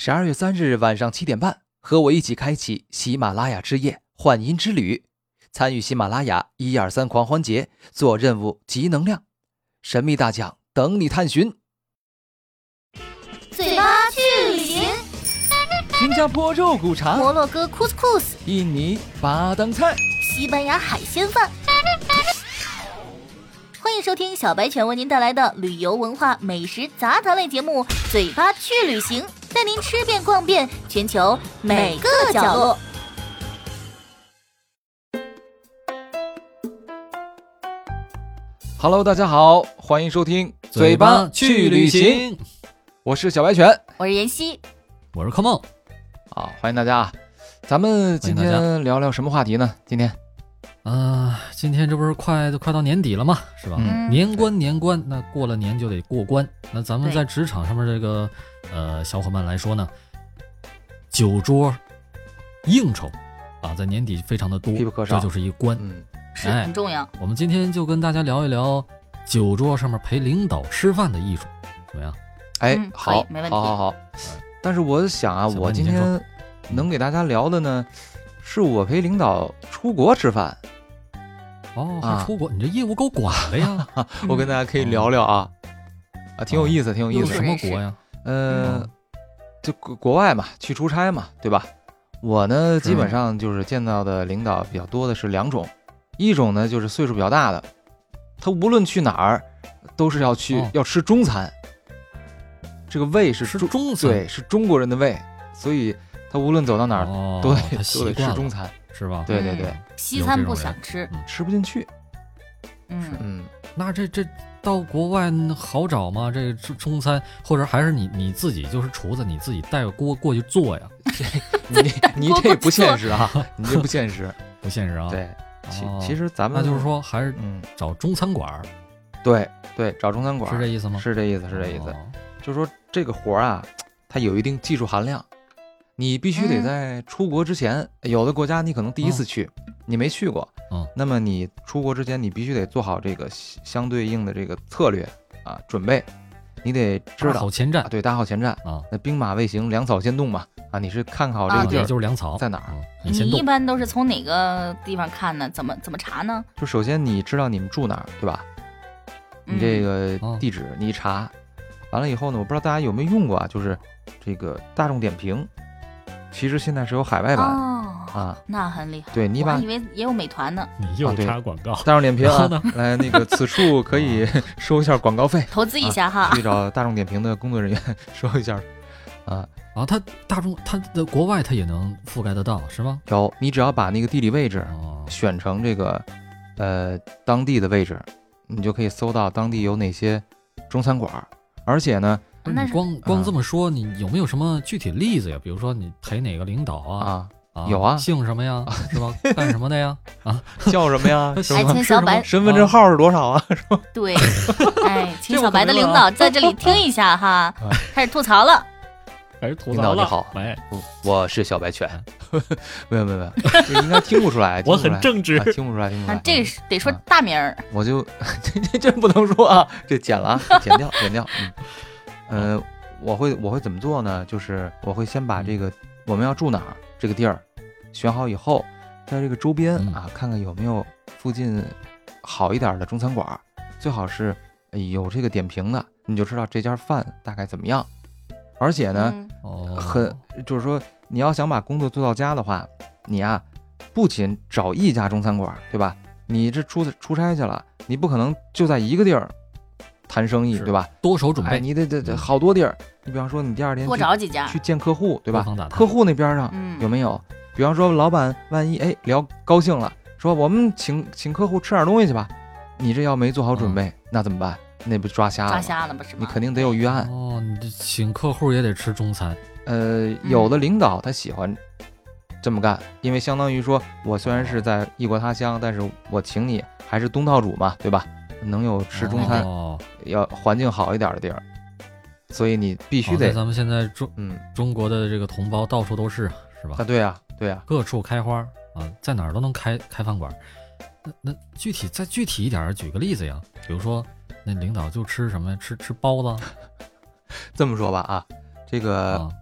12月3日晚上7点半，和我一起开启喜马拉雅之夜幻音之旅，参与喜马拉雅123狂欢节，做任务集能量，神秘大奖等你探寻。 嘴巴去旅行， 新加坡肉骨茶， 摩洛哥 couscous， 印尼巴当菜， 西班牙海鲜饭。欢迎收听小白犬为您带来的旅游文化美食杂谈类节目《嘴巴去旅行》，带您吃遍逛遍全球每个角落。 Hello， 大家好，欢迎收听嘴巴去旅行， 我是小白犬， 我是妍希， 我是柯梦。 好，欢迎大家啊！咱们今天聊聊什么话题呢？今天这不是快到年底了嘛，是吧？年关，那过了年就得过关。那咱们在职场上面这个小伙伴来说呢，酒桌应酬啊，在年底非常的多， 必不可少， 这就是一关， 是很重要。 我们今天就跟大家聊一聊酒桌上面陪领导吃饭的艺术，怎么样？ 好， 没问题， 好。但是我想啊，我今天能给大家聊的呢，是我陪领导出国吃饭。 还出国，你这业务够广的呀！ 我跟大家可以聊聊啊，挺有意思，挺有意思。 什么国呀？ 就国外嘛，去出差嘛，对吧？我呢，基本上就是见到的领导比较多的是两种，一种呢就是岁数比较大的，他无论去哪儿都是要吃中餐，这个胃是中餐， 对，是中国人的胃，所以他无论走到哪儿都得吃中餐， 是吧？ 对， 西餐不想吃， 吃不进去。 那这到国外好找吗？这中餐，或者还是你自己就是厨子，你自己带个锅过去做呀？ 你这不现实啊！你这不现实， 不现实啊！ 对，其实咱们那就是说还是找中餐馆。 对，找中餐馆是这意思吗？ 是这意思。就是说这个活啊，它有一定技术含量，你必须得在出国之前，有的国家你可能第一次去，你没去过，那么你出国之前，你必须得做好这个相对应的这个策略啊，准备，你得知道打好前站， 对，打好前站啊。那兵马未行，粮草先动嘛，啊，你是看好这个地儿， 就是粮草在哪儿， 你一般都是从哪个地方看呢？怎么查呢？ 就首先你知道你们住哪儿，对吧？你这个地址你一查，完了以后呢，我不知道大家有没有用过啊，就是这个大众点评，其实现在是有海外版啊， 那很厉害。 对，你我还以为也有美团呢。 你又插广告， 大众点评啊，来那个此处可以收一下广告费， 投资一下哈， 去找大众点评的工作人员收一下他的国外他也能覆盖得到是吗？ 有，你只要把那个地理位置选成这个当地的位置，你就可以搜到当地有哪些中餐馆，而且呢， 你光这么说，你有没有什么具体例子呀？比如说你陪哪个领导啊？ 有啊， 姓什么呀？是吧？干什么的呀？ 叫什么呀？ 请小白身份证号是多少啊？是吧？ 对，请小白的领导在这里听一下哈，开始吐槽了。 领导你好，我是小白犬。没有，应该听不出来， 我很正直， 听不出来。 这个得说大名儿， 我就这不能说啊，这剪了啊，剪掉。我会怎么做呢？就是我会先把这个我们要住哪儿这个地儿选好以后，在这个周边看看有没有附近好一点的中餐馆，最好是有这个点评的，你就知道这家饭大概怎么样。而且呢，就是说你要想把工作做到家的话，你不仅找一家中餐馆，对吧？你这出差去了，你不可能就在一个地儿谈生意，对吧？ 多手准备， 你得好多地儿。你比方说，你第二天多找几家去见客户，对吧？客户那边上有没有？比方说，老板万一聊高兴了，说我们请客户吃点东西去吧，你这要没做好准备，那怎么办？那不抓瞎了不是吗？ 你肯定得有预案你这请客户也得吃中餐。 有的领导他喜欢这么干，因为相当于说我虽然是在异国他乡，但是我请你还是东道主嘛，对吧？能有吃中餐，要环境好一点的地儿，所以你必须得。 咱们现在中国的这个同胞到处都是吧？ 对啊， 各处开花在哪儿都能开饭馆。那再具体一点，举个例子呀，比如说。那领导就吃什么呀？吃包子。 这么说吧这个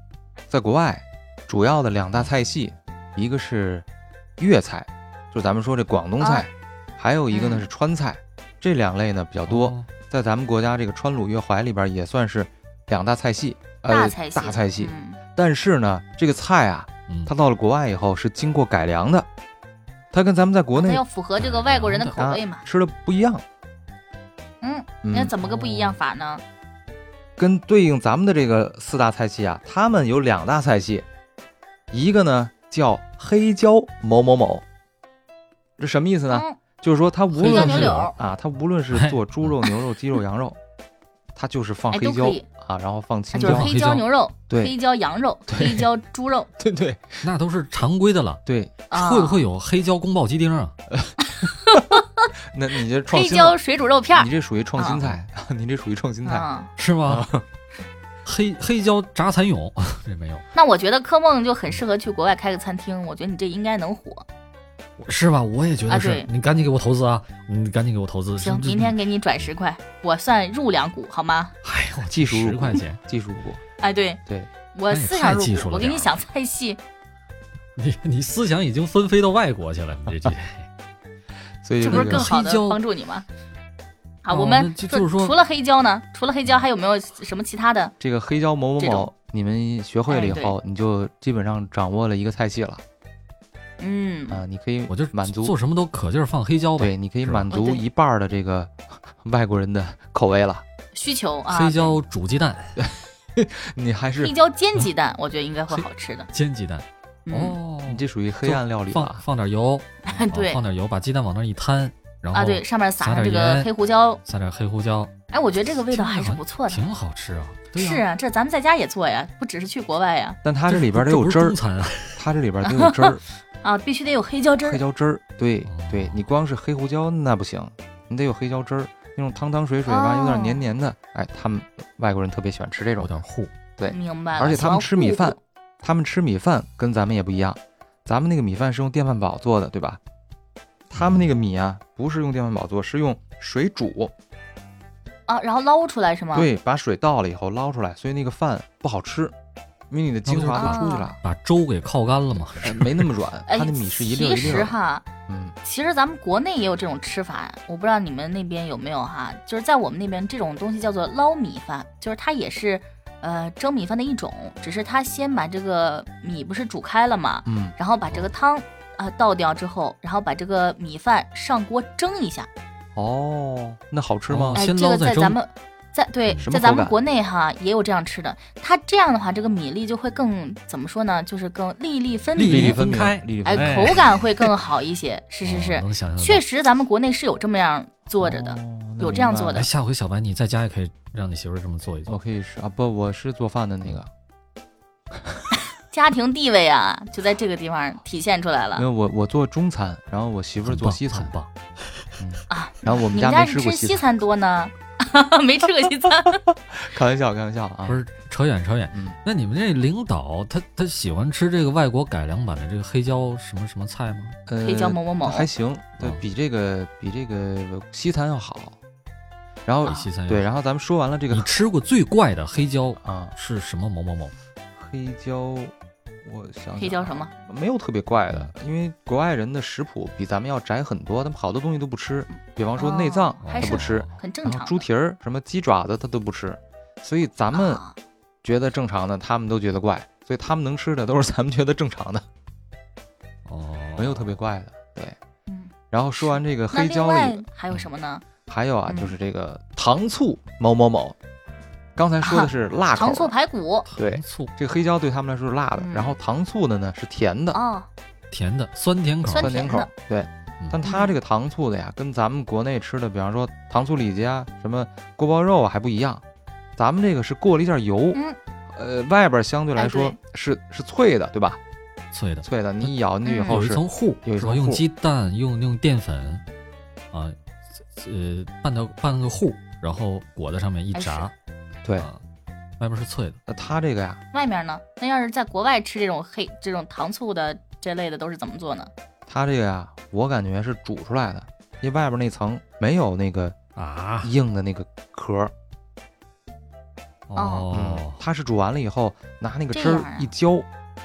在国外主要的2大菜系，一个是粤菜，就是咱们说这广东菜，还有一个呢是川菜，这2类呢比较多。在咱们国家这个川鲁粤淮里边也算是2大菜系，大菜系。但是呢，这个菜啊，它到了国外以后是经过改良的，它跟咱们在国内它要符合这个外国人的口味嘛， 吃的不一样。 那怎么个不一样法呢？ 跟对应咱们的这个4大菜系啊，他们有2大菜系，一个呢叫黑椒某某某，这什么意思呢？就是说它无论是它无论是做猪肉、牛肉、鸡肉、羊肉，它就是放黑椒然后放青椒， 就是黑椒牛肉、 对， 黑椒羊肉、黑椒猪肉， 对， 那都是常规的了。 对， 会不会有黑椒宫保鸡丁啊？ 那你这创新， 黑椒水煮肉片， 你这属于创新菜，你这属于创新菜， 是吗？黑椒炸蚕蛹这没有。 那我觉得柯梦就很适合去国外开个餐厅，我觉得你这应该能火。 是吧？我也觉得是。你赶紧给我投资啊！你赶紧给我投资。 行，明天给你转10块，我算入2股好吗？ 哎呦，技术10块钱， 技术股。 哎，对，我思想入股，我给你想菜系。 你思想已经纷飞到外国去了，你这所以这不是更好的帮助你吗？好，我们就是说， 除了黑椒呢？除了黑椒，还有没有什么其他的？ 这个黑椒某某某，你们学会了以后，你就基本上掌握了一个菜系了。你可以， 我就满足做什么都可劲儿放黑椒呗。 对，你可以满足1半的这个外国人的口味了， 需求啊。 黑椒煮鸡蛋， 你还是黑椒煎鸡蛋，我觉得应该会好吃的。 煎鸡蛋， 你这属于黑暗料理吧？放点油， 对， 放点油，把鸡蛋往那一摊，然后对，上面撒上这个黑胡椒， 撒点黑胡椒。 哎，我觉得这个味道还是不错的， 挺好吃啊。 是啊，这咱们在家也做呀，不只是去国外呀。 但它这里边得有汁儿，它这里边得有汁儿。 必须得有黑椒汁儿。 黑椒汁儿，对，你光是黑胡椒那不行，你得有黑椒汁儿，那种汤汤水水吧，有点黏黏的。哎，他们外国人特别喜欢吃这种， 有点糊。 对， 明白了。 而且他们吃米饭，跟咱们也不一样，咱们那个米饭是用电饭煲做的，对吧？他们那个米啊，不是用电饭煲做，是用水煮。 然后捞出来是吗？ 对，把水倒了以后捞出来，所以那个饭不好吃。因为你的精华都出去了， 把粥给靠干了嘛， 没那么软，它那米是一粒一粒。 其实哈，其实咱们国内也有这种吃法，我不知道你们那边有没有哈，就是在我们那边这种东西叫做捞米饭，就是它也是蒸米饭的一种，只是它先把这个米不是煮开了嘛，然后把这个汤倒掉之后，然后把这个米饭上锅蒸一下。 那好吃吗？ 先这个在咱们。在咱们国内哈也有这样吃的，它这样的话，这个米粒就会更怎么说呢？就是更粒粒分明， 粒粒分开， 口感会更好一些。是，确实咱们国内是有这么样做着的，有这样做的。 下回小白你在家也可以让你媳妇这么做一做。 我可以试不，我是做饭的那个。 家庭地位啊，就在这个地方体现出来了。 因为我做中餐，然后我媳妇做西餐， 很棒。 然后我们家没吃过西餐多呢。没吃过西餐， 开玩笑啊！ 不是扯远。那你们这领导他喜欢吃这个外国改良版的这个黑椒什么菜吗？ 黑椒某某某还行，比这个西餐要好。然后西餐对，然后咱们说完了这个， 你吃过最怪的黑椒是什么某某某？ 黑椒。我想黑椒什么没有特别怪的，因为国外人的食谱比咱们要窄很多，他们好多东西都不吃，比方说内脏他不吃， 很正常。 然后猪蹄儿、什么鸡爪子他都不吃，所以咱们觉得正常的，他们都觉得怪，所以他们能吃的都是咱们觉得正常的。没有特别怪的，对。然后说完这个黑椒里， 还有什么呢？ 还有就是这个糖醋某某某。刚才说的是辣口， 糖醋排骨。 对，这个黑椒对他们来说是辣的，然后糖醋的呢是甜的。 甜的酸甜口。 对，但它这个糖醋的呀，跟咱们国内吃的，比方说糖醋里脊啊、什么锅包肉啊还不一样。咱们这个是过了一点油，外边相对来说是脆的，对吧？ 脆的， 你一咬进去以后有一层糊，用鸡蛋用淀粉拌个糊，然后裹在上面一炸。 对， 外边是脆的。 那它这个呀， 外面呢？那要是在国外吃这种糖醋的这类的，都是怎么做呢？ 它这个呀，我感觉是煮出来的，因为外边那层没有那个硬的那个壳， 哦， 它是煮完了以后拿那个汁儿一浇。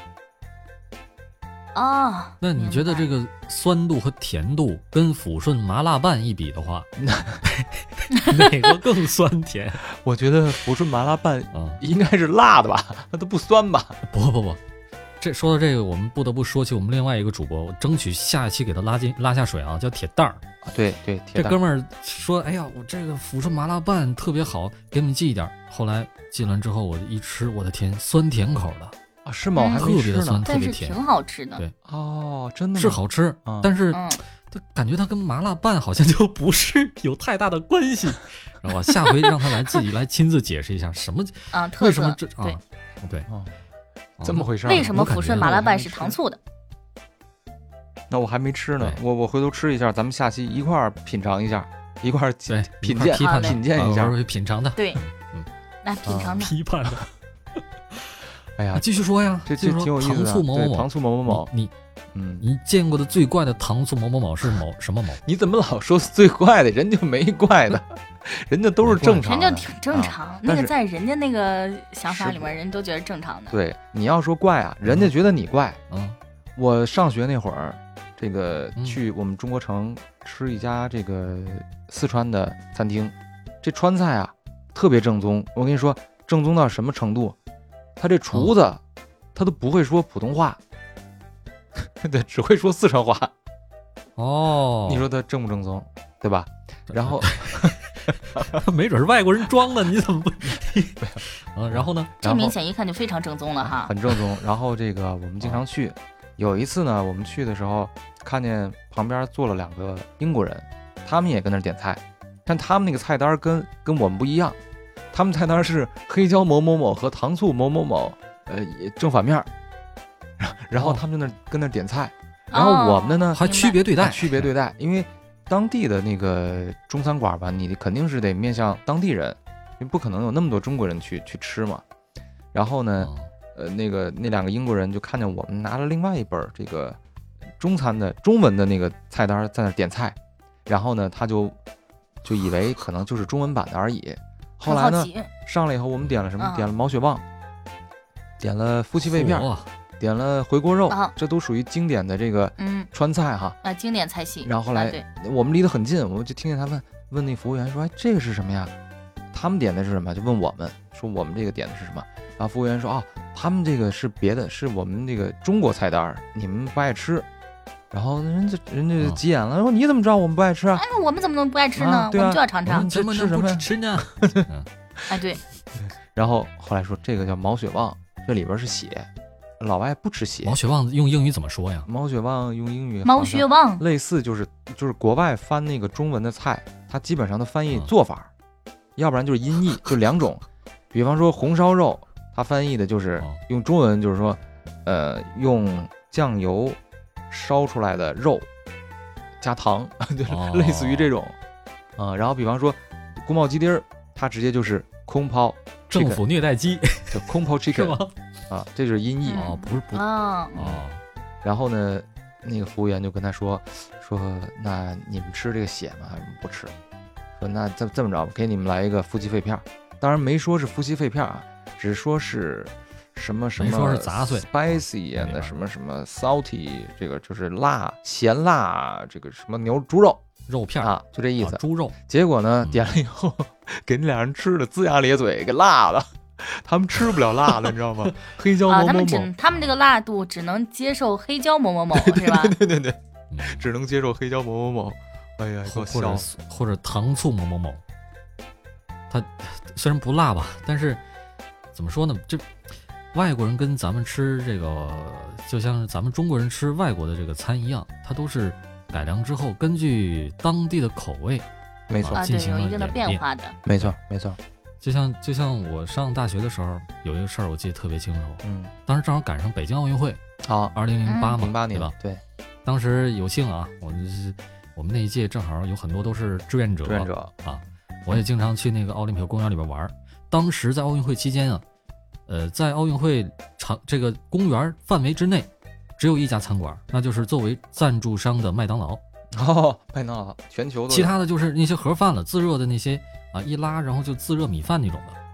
哦， 那你觉得这个酸度和甜度跟抚顺麻辣拌一比的话，哪个更酸甜？ 我觉得抚顺麻辣拌应该是辣的吧，它都不酸吧？ 不，这说到这个，我们不得不说起我们另外一个主播，我争取下一期给他拉下水啊，叫铁蛋儿。 对， 这哥们儿说，哎呀，我这个抚顺麻辣拌特别好，给你们寄一点。后来寄完之后，我一吃，我的天，酸甜口的。 啊，是吗？我还没吃呢。 特别的酸，特别甜， 但是挺好吃的。 对， 哦，真的吗？ 是好吃，但是感觉它跟麻辣拌好像就不是有太大的关系，知道吧？下回让他自己来亲自解释一下什么为什么这对， 这么回事？ 为什么抚顺麻辣拌是糖醋的？ 那我还没吃呢，我回头吃一下，咱们下期一块儿品尝一下，一块儿品鉴一下， 品尝的。 对，来品尝的， 批判的。 哎呀， 继续说呀， 这挺有意思的。 糖醋某某某， 糖醋某某某， 你见过的最怪的糖醋某某某是什么某？ 你怎么老说最怪的？人家没怪的，人家都是正常的， 人家挺正常。那个在人家那个想法里面，人都觉得正常的。 对，你要说怪啊，人家觉得你怪。我上学那会儿，这个去我们中国城吃一家这个四川的餐厅，这川菜啊特别正宗。我跟你说，正宗到什么程度？他这厨子，他都不会说普通话，对，只会说四川话。 哦， 你说他正不正宗，对吧？然后没准是外国人装的，你怎么不？然后呢？ 这明显一看就非常正宗了哈， 很正宗。然后这个我们经常去，有一次呢，我们去的时候看见旁边坐了2个英国人，他们也跟那点菜，但他们那个菜单跟我们不一样。他们菜单是黑椒某某某和糖醋某某某，正反面，然后他们就跟那点菜，然后我们的呢还区别对待，因为当地的那个中餐馆吧，你肯定是得面向当地人，因为不可能有那么多中国人去吃嘛。然后呢，那2个英国人就看见我们拿了另外一本这个中文的那个菜单在那点菜，然后呢他就以为可能就是中文版的而已。后来呢，上来以后我们点了什么？点了毛血旺，点了夫妻肺片，点了回锅肉，这都属于经典的这个川菜哈。 经典菜系。 然后后来我们离得很近，我们就听见他们问那服务员说：“哎，这个是什么呀？”他们点的是什么？就问我们说我们这个点的是什么？然后服务员说：“哦，他们这个是别的，是我们这个中国菜单，你们不爱吃。”然后人家急眼了，说你怎么知道我们不爱吃啊？ 哎，我们怎么能不爱吃呢？我们就要尝尝。 怎么能不吃呢？ 哎，对。 然后后来说这个叫毛血旺，这里边是血，老外不吃血。 毛血旺用英语怎么说呀？ 毛血旺用英语毛血旺类似就是国外翻那个中文的菜，它基本上的翻译做法，要不然就是音译，就2种。比方说红烧肉，它翻译的就是用中文就是说，用酱油烧出来的肉加糖，就类似于这种然后比方说宫保鸡丁儿，它直接就是空抛政府虐待鸡， 叫空抛 chicken 是吗？ 这就是音译不是然后呢，那个服务员就跟他说，那你们吃这个血吗？不吃。说那这么着，给你们来一个夫妻肺片，当然没说是夫妻肺片啊，只说是什么什么， 说是杂碎 spicy and 什么什么 salty， 这个就是咸辣，这个什么猪肉片就这意思， 猪肉。 结果呢，点了以后给那2人吃的龇牙咧嘴，给辣的，他们吃不了辣的，你知道吗？黑椒某某某， 他们这个辣度只能接受黑椒某某某，是吧？ 对，只能接受黑椒某某某。哎呀， 或者糖醋某某某，它虽然不辣吧，但是怎么说呢？这外国人跟咱们吃这个，就像是咱们中国人吃外国的这个餐一样，它都是改良之后，根据当地的口味， 没错， 进行了一定的变化的。 没错。 就像我上大学的时候，有一个事儿我记得特别清楚。当时正好赶上北京奥运会，2008嘛 ，08年对吧？ 对， 当时有幸啊，我们那一届正好有很多都是志愿者啊，我也经常去那个奥林匹克公园里边玩。当时在奥运会期间啊，在奥运会这个公园范围之内，只有一家餐馆，那就是作为赞助商的麦当劳。 麦当劳全球的， 其他的就是那些盒饭了，自热的那些一拉然后就自热米饭那种的。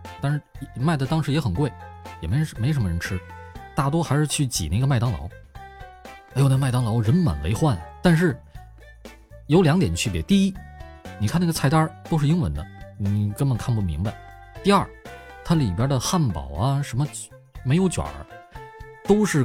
但是卖的当时也很贵，也没什么人吃，大多还是去挤那个麦当劳。哎呦，那麦当劳人满为患，但是有2点区别：第一，你看那个菜单都是英文的，你根本看不明白；第二，它里边的汉堡啊什么没有卷儿，都是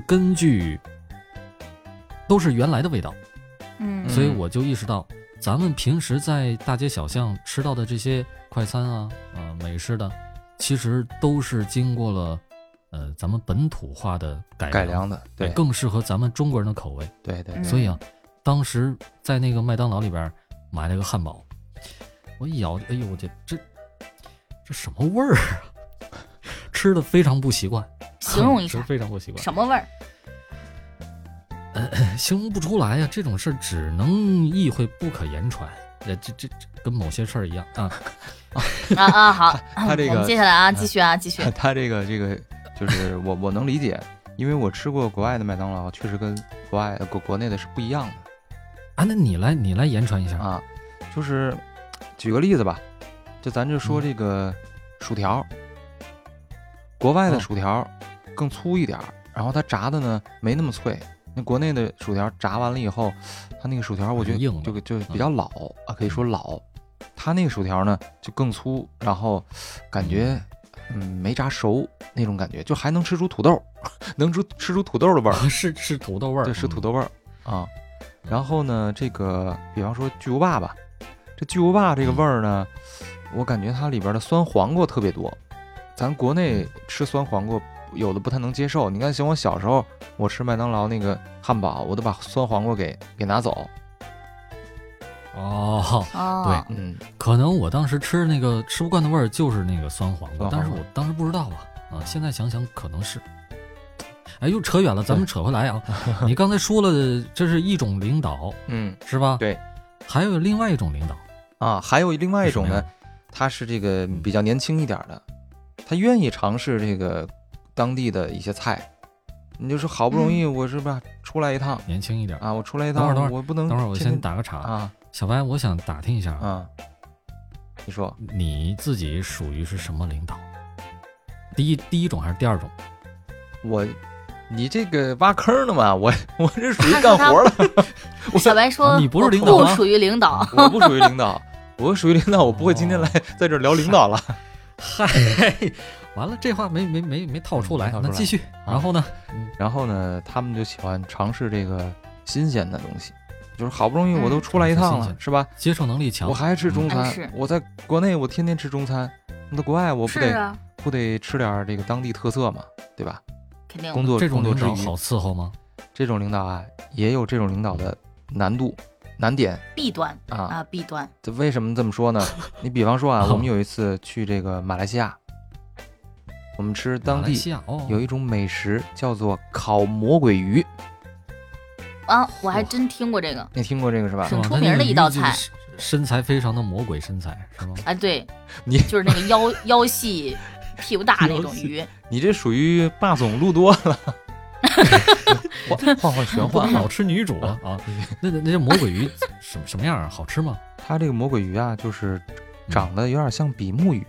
原来的味道。所以我就意识到，咱们平时在大街小巷吃到的这些快餐啊美式的，其实都是经过了咱们本土化的改良的，对，更适合咱们中国人的口味。 对。 所以啊，当时在那个麦当劳里边买了个汉堡，我一咬，哎呦，这什么味儿啊？吃的非常不习惯。 形容一下， 非常不习惯。 什么味儿？ 形容不出来呀，这种事只能意会不可言传。这跟某些事儿一样啊。 好， 他这个我们接下来啊，继续。 他这个就是我能理解，因为我吃过国外的麦当劳，确实跟国内的是不一样的啊。那你来言传一下啊，就是举个例子吧，咱就说这个薯条，国外的薯条更粗一点，然后它炸的呢没那么脆。那国内的薯条炸完了以后，它那个薯条我觉得就比较老可以说老。它那个薯条呢就更粗，然后感觉没炸熟那种感觉，就还能吃出土豆，能吃出土豆的味儿。 是土豆味儿， 对，是土豆味儿啊。然后呢，这个比方说巨无霸吧，这巨无霸这个味儿呢，我感觉它里边的酸黄瓜特别多。咱国内吃酸黄瓜有的不太能接受，你看像我小时候我吃麦当劳那个汉堡，我都把酸黄瓜给拿走。 对，可能我当时吃那个吃不惯的味儿就是那个酸黄瓜，但是我当时不知道现在想想可能是。哎，又扯远了，咱们扯回来啊。你刚才说了，这是一种领导，是吧？ 对， 还有另外一种领导还有另外一种呢，他是这个比较年轻一点的，他愿意尝试这个当地的一些菜。你就说好不容易我是吧出来一趟， 年轻一点我出来一趟，我不能等会儿我先打个岔小白，我想打听一下你说你自己属于是什么领导？第一种还是第二种？ 你这个挖坑的嘛，我这属于干活了。 小白说你不是领导， 不属于领导， 我不属于领导，我属于领导，我不会今天来在这聊领导了。 嗨，完了，这话没套出来，那继续。 然后呢，他们就喜欢尝试这个新鲜的东西，就是好不容易我都出来一趟了，是吧？ 接受能力强。 我还吃中餐，我在国内我天天吃中餐，那国外我不得吃点这个当地特色嘛，对吧？ 肯定。 这种领导之余好伺候吗？ 这种领导也有这种领导的难点弊端弊端。 这为什么这么说呢？你比方说我们有一次去这个马来西亚，我们吃当地有一种美食叫做烤魔鬼鱼我还真听过这个。 你听过这个是吧？ 挺出名的一道菜， 身材非常的魔鬼身材是吗？ 对，就是那个腰细屁股大那种鱼。 你这属于霸总路多了。换玄幻， 老吃女主那这魔鬼鱼什么样好吃吗？ 它这个魔鬼鱼就是长得有点像比目鱼。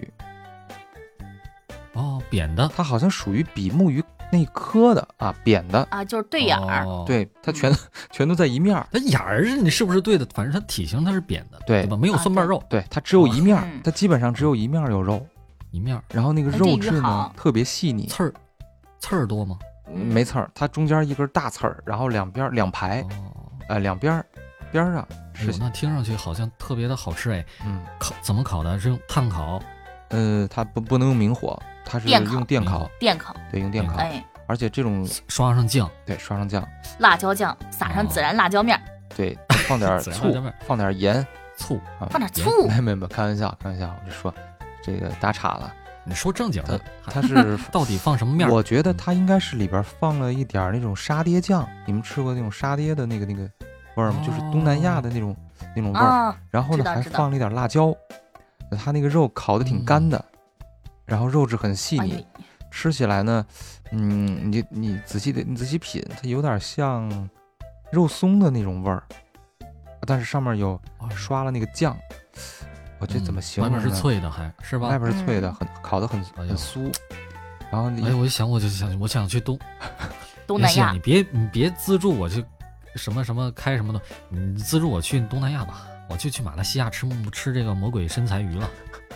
扁的， 它好像属于比目鱼那科的扁的就是对眼儿。 对，它全都在一面。 它眼儿你是不是对的？反正它体型它是扁的，对吧？没有蒜瓣肉， 对，它只有一面，它基本上只有一面有肉， 一面。 然后那个肉质呢特别细腻。 刺儿多吗？ 没刺儿，它中间一根大刺儿，然后两排，两边上是。 那听上去好像特别的好吃哎。怎么烤的？是用炭烤？ 它不能用明火，它是用电烤。对，用电烤。而且这种刷上酱， 对，刷上酱， 辣椒酱，撒上孜然辣椒面， 对，放点醋，放点盐， 醋放点醋。 没，开玩笑，我就说这个打岔了。 你说正经的， 它是到底放什么面？ 我觉得它应该是里边放了一点那种沙爹酱。你们吃过那种沙爹的那个味儿吗？就是东南亚的那种味儿。然后呢，还放了一点辣椒。它那个肉烤的挺干的，然后肉质很细腻，吃起来呢，你仔细品，它有点像肉松的那种味儿，但是上面有刷了那个酱。 我这怎么形容外呢？ 面是脆的，还是吧？ 外边是脆的，烤得很酥。然后我想去东南亚。 你别资助我去什么开什么的，你资助我去东南亚吧，我就去马来西亚吃这个魔鬼身材鱼了。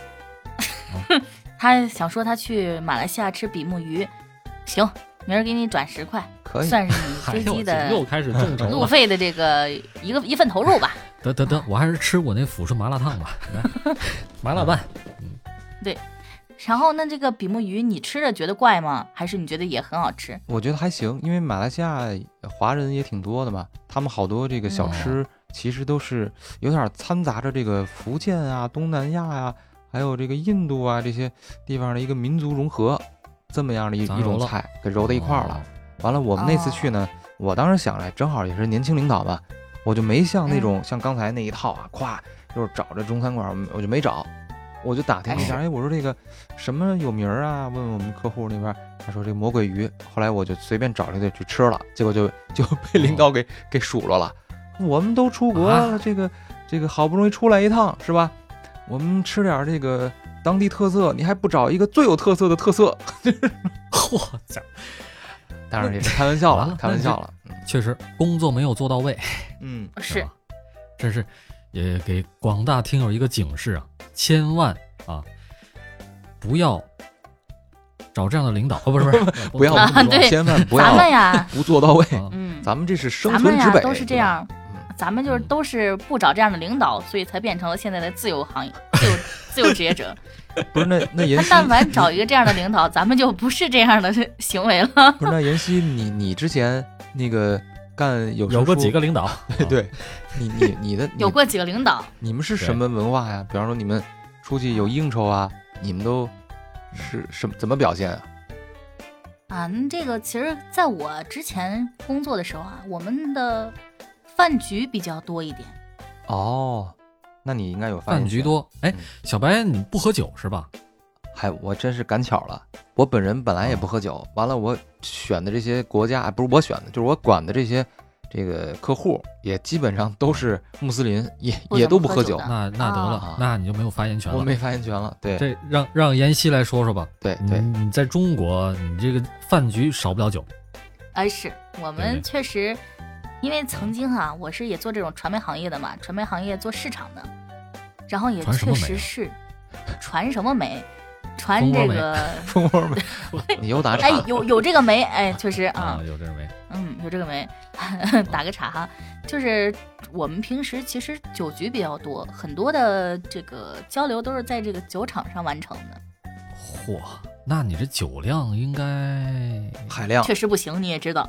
他想说他去马来西亚吃比目鱼，行，明儿给你转10块， 可以， 算是你飞机的又开始众筹路费的这个一份投入吧。 得，我还是吃我那抚顺麻辣烫吧，麻辣拌。 对。然后那这个比目鱼你吃着觉得怪吗？还是你觉得也很好吃？ 我觉得还行，因为马来西亚华人也挺多的嘛，他们好多这个小吃其实都是有点掺杂着这个福建啊、东南亚啊，还有这个印度啊这些地方的一个民族融合，这么样的一种菜给揉在一块儿了。完了，我们那次去呢，我当时想来，正好也是年轻领导嘛，我就没像那种像刚才那一套啊，咵就是找这中餐馆，我就没找。我就打听一下，我说这个什么有名啊？问问我们客户那边，他说这个魔鬼鱼。后来我就随便找了一个去吃了，结果就被领导给数落了。我们都出国了，这个好不容易出来一趟是吧？我们吃点这个当地特色，你还不找一个最有特色的特色？ 嚯家！ 当然也是开玩笑了，开玩笑了。 确实工作没有做到位。 是， 真是也给广大听友一个警示啊！千万啊，不要找这样的领导不是不要对， 千万不要咱们呀不做到位。 咱们这是生存之本， 都是这样。咱们就是都是不找这样的领导，所以才变成了现在的自由行业、自由职业者。 不是那妍希， 但凡找一个这样的领导，咱们就不是这样的行为了。 不是那妍希，你之前那个干有过几个领导？ 对，你的有过几个领导？ 你们是什么文化呀？比方说你们出去有应酬啊，你们都是怎么表现啊？ 这个其实在我之前工作的时候啊，我们的饭局比较多一点。 哦，那你应该有饭局多。哎，小白你不喝酒是吧？ 嗨，我真是赶巧了，我本人本来也不喝酒，完了我选的这些国家，不是我选的，就是我管的这个客户也基本上都是穆斯林，也都不喝酒。 那得了，那你就没有发言权了。 我没发言权了。对， 这让妍希来说说吧。 对， 你在中国，你这个饭局少不了酒。 是我们确实，因为曾经我是也做这种传媒行业的嘛，传媒行业做市场的，然后也确实是传什么媒。传这个蜂窝煤，你又打岔？ 有这个煤，确实有这个煤， 有这个煤，打个岔哈。就是我们平时其实酒局比较多，很多的这个交流都是在这个酒场上完成的。 嚯，那你这酒量应该海量， 确实不行，你也知道。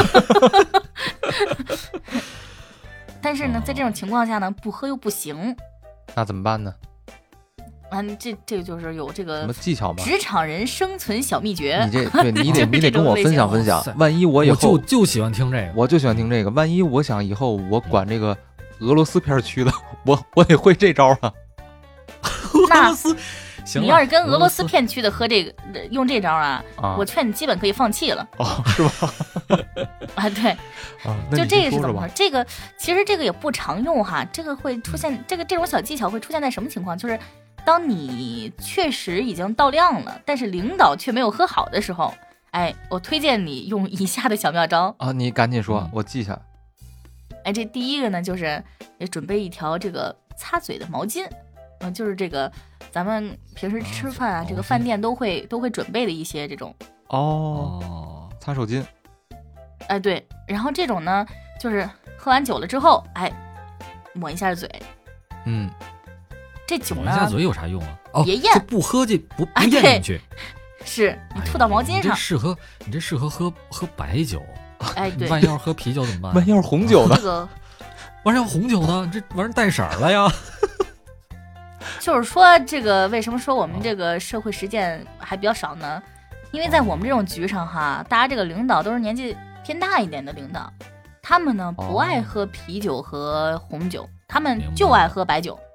但是呢，在这种情况下呢，不喝又不行， 那怎么办呢？ 这个就是有这个什么技巧吗？ 职场人生存小秘诀。 你得跟我分享分享。万一我以后就喜欢听这个， 我就喜欢听这个。万一我想以后我管这个俄罗斯片区的，我得会这招啊。 俄罗斯，你要是跟俄罗斯片区的喝这个用这招啊，我劝你基本可以放弃了。 是吧？ 对。就这个是怎么回事？这个其实这个也不常用哈。这个会出现这种小技巧会出现在什么情况？就是当你确实已经到量了，但是领导却没有喝好的时候，我推荐你用以下的小妙招啊！你赶紧说，我记下。 这第一个呢，就是也准备一条这个擦嘴的毛巾，就是这个咱们平时吃饭啊，这个饭店都会准备的一些这种擦手巾。 对，然后这种呢，就是喝完酒了之后，抹一下嘴。这酒呢， 抹一下嘴有啥用啊？ 别咽， 不喝进不咽进去。 是你吐到毛巾上。 你这适合喝白酒。 对。 万一要喝啤酒怎么办？ 万一要是红酒呢？ 这个， 万一要红酒呢？这玩意儿带色了呀。 就是说，这个为什么说我们这个社会实践还比较少呢？因为在我们这种局上哈，大家这个领导都是年纪偏大一点的领导，他们呢不爱喝啤酒和红酒，他们就爱喝白酒。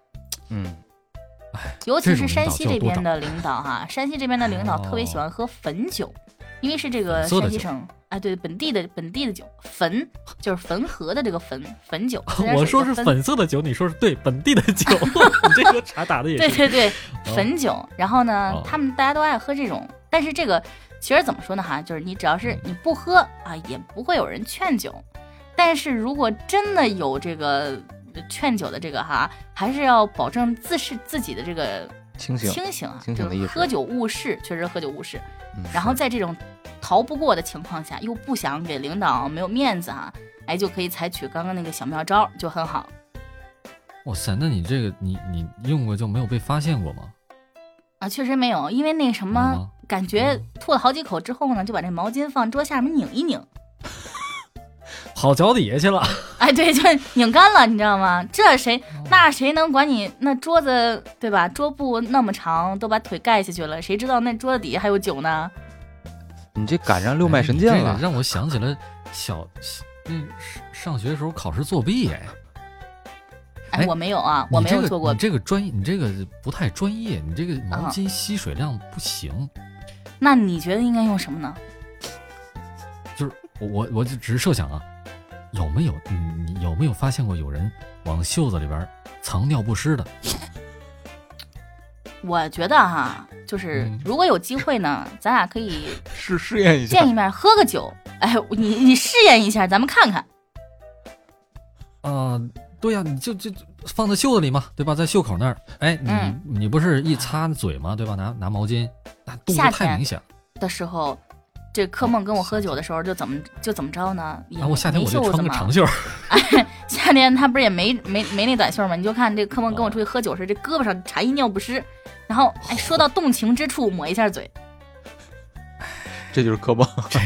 尤其是山西这边的领导哈，山西这边的领导特别喜欢喝汾酒，因为是这个山西省对，本地的酒，汾就是汾河的这个汾酒。 我说是粉色的酒，你说是对本地的酒，你这个茶打的也是。 对，汾酒。然后呢，他们大家都爱喝这种，但是这个其实怎么说呢哈，就是你只要是你不喝啊，也不会有人劝酒。但是如果真的有这个劝酒的这个哈，还是要保证自己的这个清醒啊，就是喝酒误事，确实喝酒误事。然后在这种逃不过的情况下，又不想给领导没有面子哈，就可以采取刚刚那个小妙招，就很好。 哇塞，那你这个你用过就没有被发现过吗？ 确实没有，因为那什么，感觉吐了好几口之后呢，就把这毛巾放桌下面拧一拧， 跑脚底下去了。 对，就拧干了，你知道吗？那谁能管你那桌子对吧？桌布那么长，都把腿盖下去了，谁知道那桌子底下还有酒呢？ 你这赶上六脉神剑了， 让我想起了上学的时候考试作弊。 我没有啊，我没有做过。 你这个专业，你这个不太专业，你这个毛巾吸水量不行。 那你觉得应该用什么呢？ 就是我就只是设想啊，有没有发现过有人往袖子里边藏尿不湿的？ 我觉得哈，就是如果有机会呢，咱俩可以试验一下， 见一面喝个酒。你试验一下，咱们看看。 对呀，你就放在袖子里嘛，对吧？在袖口那儿，你不是一擦嘴嘛，对吧？拿毛巾，动作太明显的时候，这柯梦跟我喝酒的时候就怎么着呢？ 我夏天我就穿个长袖。 夏天他不是也没那短袖吗？你就看这柯梦跟我出去喝酒时，这胳膊上插一尿不湿，然后说到动情之处抹一下嘴。 这就是柯梦。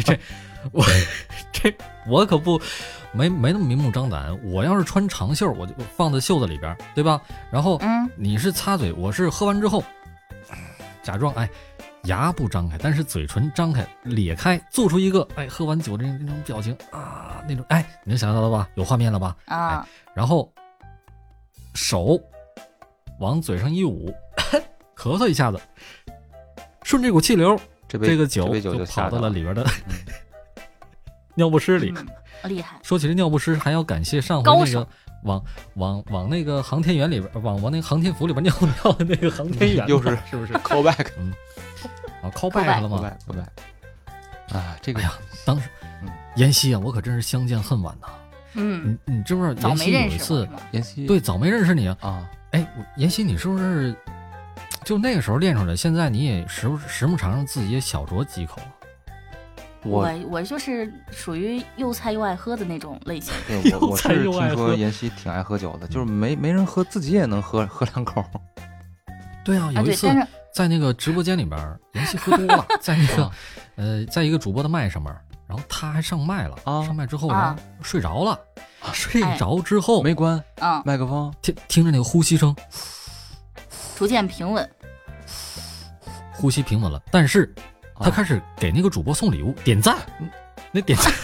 我可不没那么明目张胆。我要是穿长袖，我就放在袖子里边，对吧？然后你是擦嘴，我是喝完之后假装牙不张开，但是嘴唇张开咧开，做出一个喝完酒的那种表情啊，那种你能想象到了吧？有画面了吧？然后手往嘴上一捂，咳嗽一下子，顺这股气流，这个酒就跑到了里边的尿不湿里。 厉害！ 说起这尿不湿，还要感谢上回那个往那个航天员里边，往那个航天服里边尿的那个航天员， 又是不是 call back？ call back 了吗？ call back 这个当时妍希啊，我可真是相见恨晚呐。你知不知道妍希有一次， 妍希对早没认识你啊。妍希，你是不是就那个时候练出来？现在你也时不常让自己也小酌几口。 我就是属于又菜又爱喝的那种类型。 对，我是听说妍希挺爱喝酒的，就是没人喝，自己也能喝两口。 对啊，有一次在那个直播间里边，妍希喝多了，在那个在一个主播的麦上面，然后他还上麦了，上麦之后然后睡着了，睡着之后没关麦克风， 听着那个呼吸声逐渐平稳， 呼吸平稳了，但是他开始给那个主播送礼物，点赞，那点赞，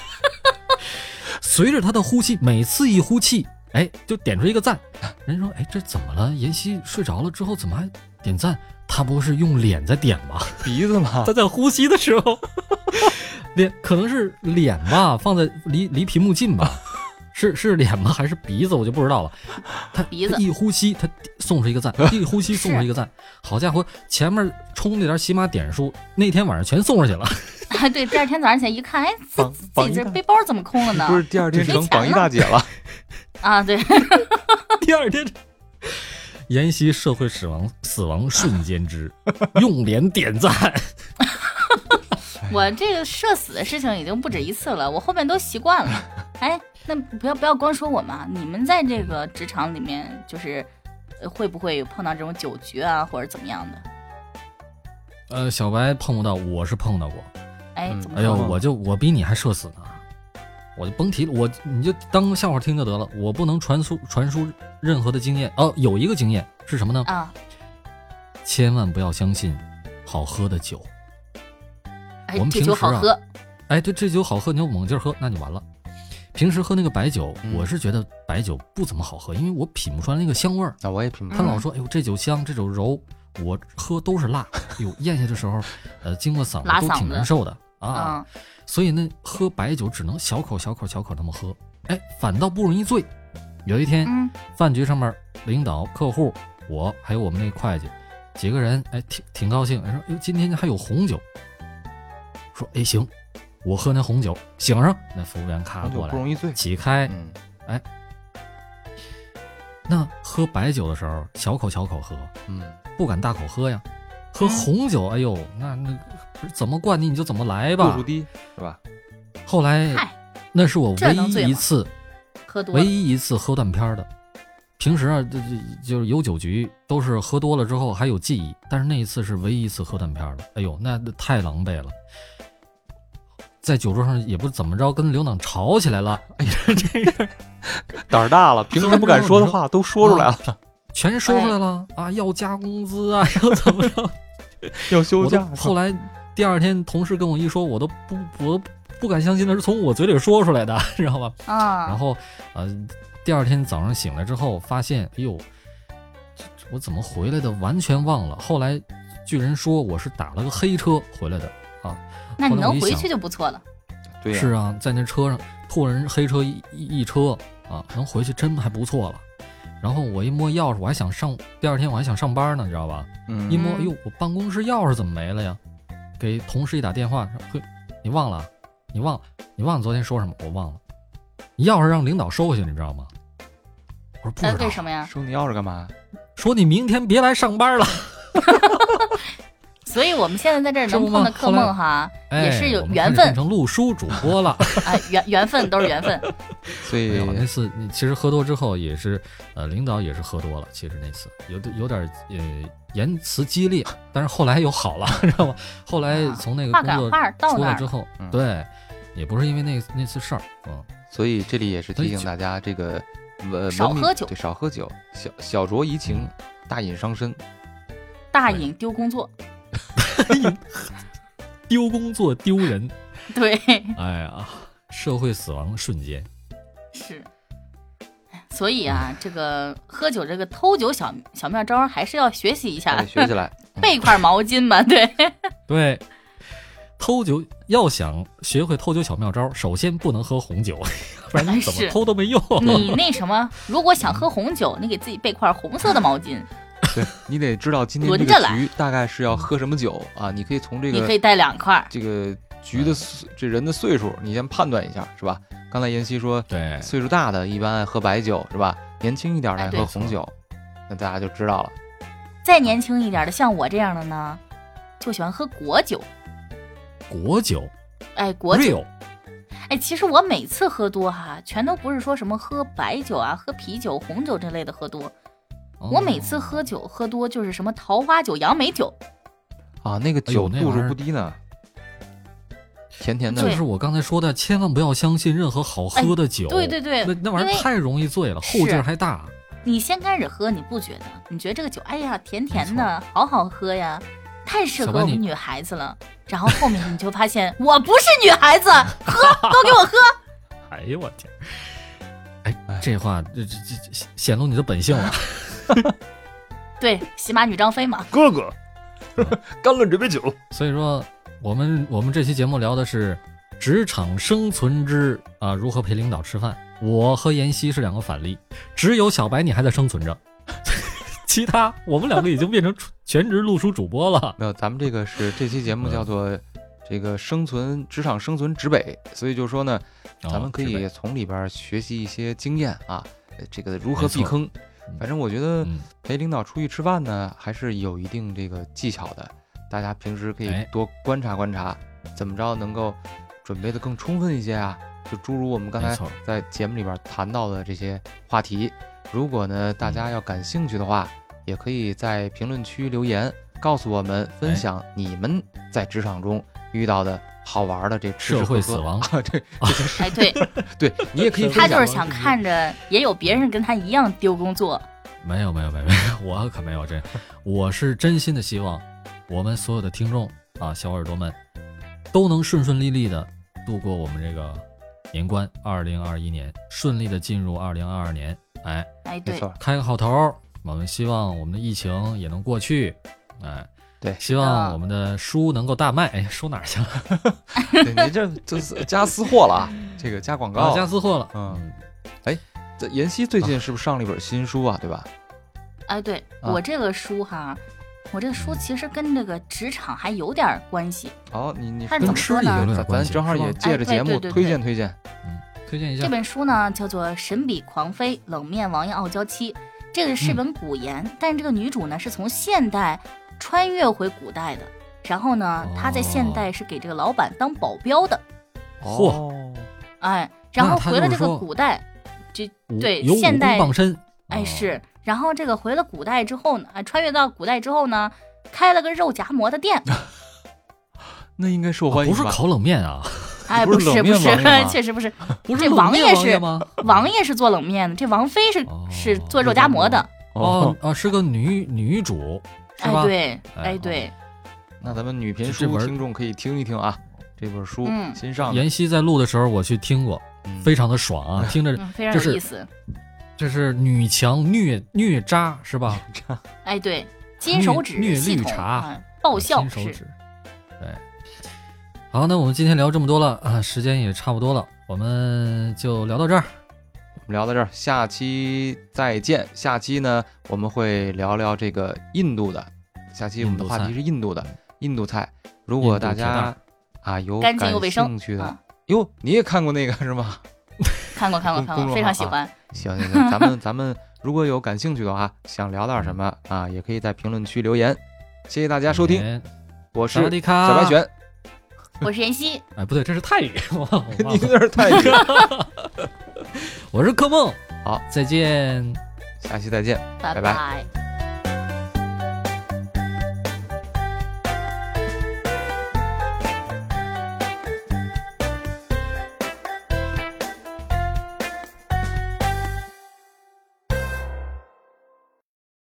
随着他的呼吸，每次一呼气，就点出一个赞。人说，这怎么了？妍希睡着了之后怎么还点赞？他不是用脸在点吗？ 鼻子吗？ 他在呼吸的时候，脸可能是脸吧，放在离屏幕近吧。是脸吗？还是鼻子？我就不知道了。他鼻子一呼吸，他送出一个赞；一呼吸送出一个赞。好家伙，前面充那点喜马点数，那天晚上全送上去了。 对，第二天早上起来一看，自己这背包怎么空了呢？ 不是第二天成榜一大姐了对。 第二天，妍希社会死亡瞬间之用脸点赞。 我这个社死的事情已经不止一次了，我后面都习惯了。那不要光说我们，你们在这个职场里面，就是会不会碰到这种酒局啊，或者怎么样的？ 小白碰不到，我是碰到过。 怎么说？ 我比你还社死呢，我就甭提了，你就当笑话听就得了，我不能传输任何的经验。有一个经验是什么呢？千万不要相信好喝的酒。我们平时这酒好喝。 对，这酒好喝，你要猛劲喝，那就完了。平时喝那个白酒，我是觉得白酒不怎么好喝，因为我品不出来那个香味儿。 我也品不出来。他老说，这酒香，这酒柔，我喝都是辣。咽下的时候，经过嗓子都挺难受的。 所以呢，喝白酒只能小口小口小口那么喝，哎，反倒不容易醉。有一天，饭局上面，领导、客户，我还有我们那会计几个人，哎，挺高兴，说，哎，今天还有红酒。说，哎，行，我喝那红酒，醒上。那服务员咔过来， 不容易醉， 起开，哎，那喝白酒的时候，小口小口喝，不敢大口喝呀。喝红酒，哎呦，那怎么灌你就怎么来吧， 度数低是吧？ 后来，那是我唯一一次。 唯一一次喝断片的，平时啊，就是有酒局都是喝多了之后还有记忆，但是那一次是唯一一次喝断片的。哎呦，那太狼狈了，在酒桌上也不怎么着，跟领导吵起来了。哎呀，这个胆儿大了，平时不敢说的话都说出来了， 全说出来了啊！要加工资啊，要怎么着？ 要休假。 后来第二天同事跟我一说，我都不敢相信那是从我嘴里说出来的，知道吧？然后第二天早上醒来之后，发现，哎呦，我怎么回来的？完全忘了。后来据人说我是打了个黑车回来的啊。 那你能回去就不错了。 对， 是啊，在那车上突然黑车一车啊，能回去真还不错了。然后我一摸钥匙，我还想第二天我还想上班呢，你知道吧？一摸，哎呦，我办公室钥匙怎么没了呀？给同事一打电话，说，嘿，你忘了昨天说什么？我忘了。你钥匙让领导收回去，你知道吗？我说不知道。 为什么呀？ 收你钥匙干嘛？ 说你明天别来上班了。 所以我们现在在这儿能碰的客梦哈，也是有缘分。 变成录书主播了。 缘分都是缘分。 所以那次其实喝多之后也是，领导也是喝多了。其实那次有点言辞激烈，但是后来又好了，知道吗？后来从那个工作出来之后，对，也不是因为那次事儿， 所以这里也是提醒大家，这个少喝酒， 对，少喝酒，小酌怡情，大饮伤身， 大饮丢工作， 丢工作丢人， 对， 哎呀，社会死亡的瞬间是。所以啊，这个喝酒这个偷酒小妙招还是要学习一下， 学起来， 备块毛巾嘛，对对。偷酒要想学会偷酒小妙招，首先不能喝红酒，不然你怎么偷都没用。 你那什么，如果想喝红酒，你给自己备块红色的毛巾。 对，你得知道今天这个局大概是要喝什么酒啊？你可以从这个， 你可以带2块。 这个局的这人的岁数，你先判断一下，是吧？刚才妍希说， 对， 岁数大的一般爱喝白酒，是吧？年轻一点的爱喝红酒，那大家就知道了。 再年轻一点的，像我这样的呢，就喜欢喝果酒。 果酒， 哎，果酒，哎，其实我每次喝多哈，全都不是说什么喝白酒啊、喝啤酒、红酒这类的喝多，我每次喝酒喝多就是什么桃花酒、杨梅酒啊，那个酒度数不低呢，甜甜的。 就是我刚才说的，千万不要相信任何好喝的酒。 对对对， 那玩意儿太容易醉了，后劲还大。 你先开始喝，你不觉得？你觉得这个酒，哎呀，甜甜的，好好喝呀，太适合我们女孩子了。然后后面你就发现我不是女孩子，喝都给我喝。 哎呦我天！哎，这话这显露你的本性了。 对，喜马女张飞嘛。 哥哥，干了这杯酒。 所以说，我们这期节目聊的是职场生存之如何陪领导吃饭。我和妍希是2个反例，只有小白你还在生存着。其他我们2个已经变成全职录书主播了。 没有，咱们这期节目叫做这个职场生存指北，所以就是说呢，咱们可以从里边学习一些经验啊，这个如何避坑。反正我觉得陪领导出去吃饭呢，还是有一定这个技巧的。大家平时可以多观察观察，怎么着能够准备的更充分一些啊？就诸如我们刚才在节目里边谈到的这些话题，如果呢大家要感兴趣的话，也可以在评论区留言告诉我们，分享你们在职场中遇到的好玩的这社会死亡啊，对， 哎对对，你也可以分享。 他就是想看着也有别人跟他一样丢工作。 没有，我可没有这，我是真心的希望我们所有的听众啊，小耳朵们都能顺顺利利的度过我们这个年关2021年，顺利的进入2022年。哎， 对， 开个好头。我们希望我们的疫情也能过去，哎， 对， 希望我们的书能够大卖。哎，书哪儿去了？ 对，你这加私货了啊，这个加广告， 加私货了。 哎，这妍希最近是不是上了一本新书啊？对吧？ 哎，对，我这个书哈，我这个书其实跟这个职场还有点关系。 哦，你它是怎么说呢？ 咱正好也借着节目推荐推荐， 推荐一下。 这本书呢叫做《神笔狂飞：冷面王爷傲娇妻》，这个是本古言，但是这个女主呢是从现代穿越回古代的，然后呢，她在现代是给这个老板当保镖的。 嚯！ 哎，然后回了这个古代，对现代傍身。 哎是，然后这个回了古代之后呢，穿越到古代之后呢，开了个肉夹馍的店。 那应该受欢迎吧？ 不是烤冷面啊？ 哎，不是，确实不是。这王爷是王爷是做冷面的，这王妃是做肉夹馍的。 是个女主，是吧？ 哎对。 那咱们女频书听众可以听一听啊，这本书新上的。 妍希在录的时候我去听过，非常的爽啊，听着非常有意思。 这是女强虐渣是吧？ 哎对，金手指虐绿茶， 爆笑式。对。好，那我们今天聊这么多了啊，时间也差不多了，我们就聊到这儿。 下期再见。下期呢，我们会聊聊这个印度的。下期我们的话题是印度的印度菜。如果大家有感兴趣的，哟，你也看过那个是吗？ 看过，非常喜欢。 行，咱们如果有感兴趣的话，想聊点什么啊，也可以在评论区留言。谢谢大家收听，我是小白犬。 我是妍希， 哎，不对，这是泰语， 你那是泰语。 我是柯梦， 好， 再见， 下期再见，拜拜。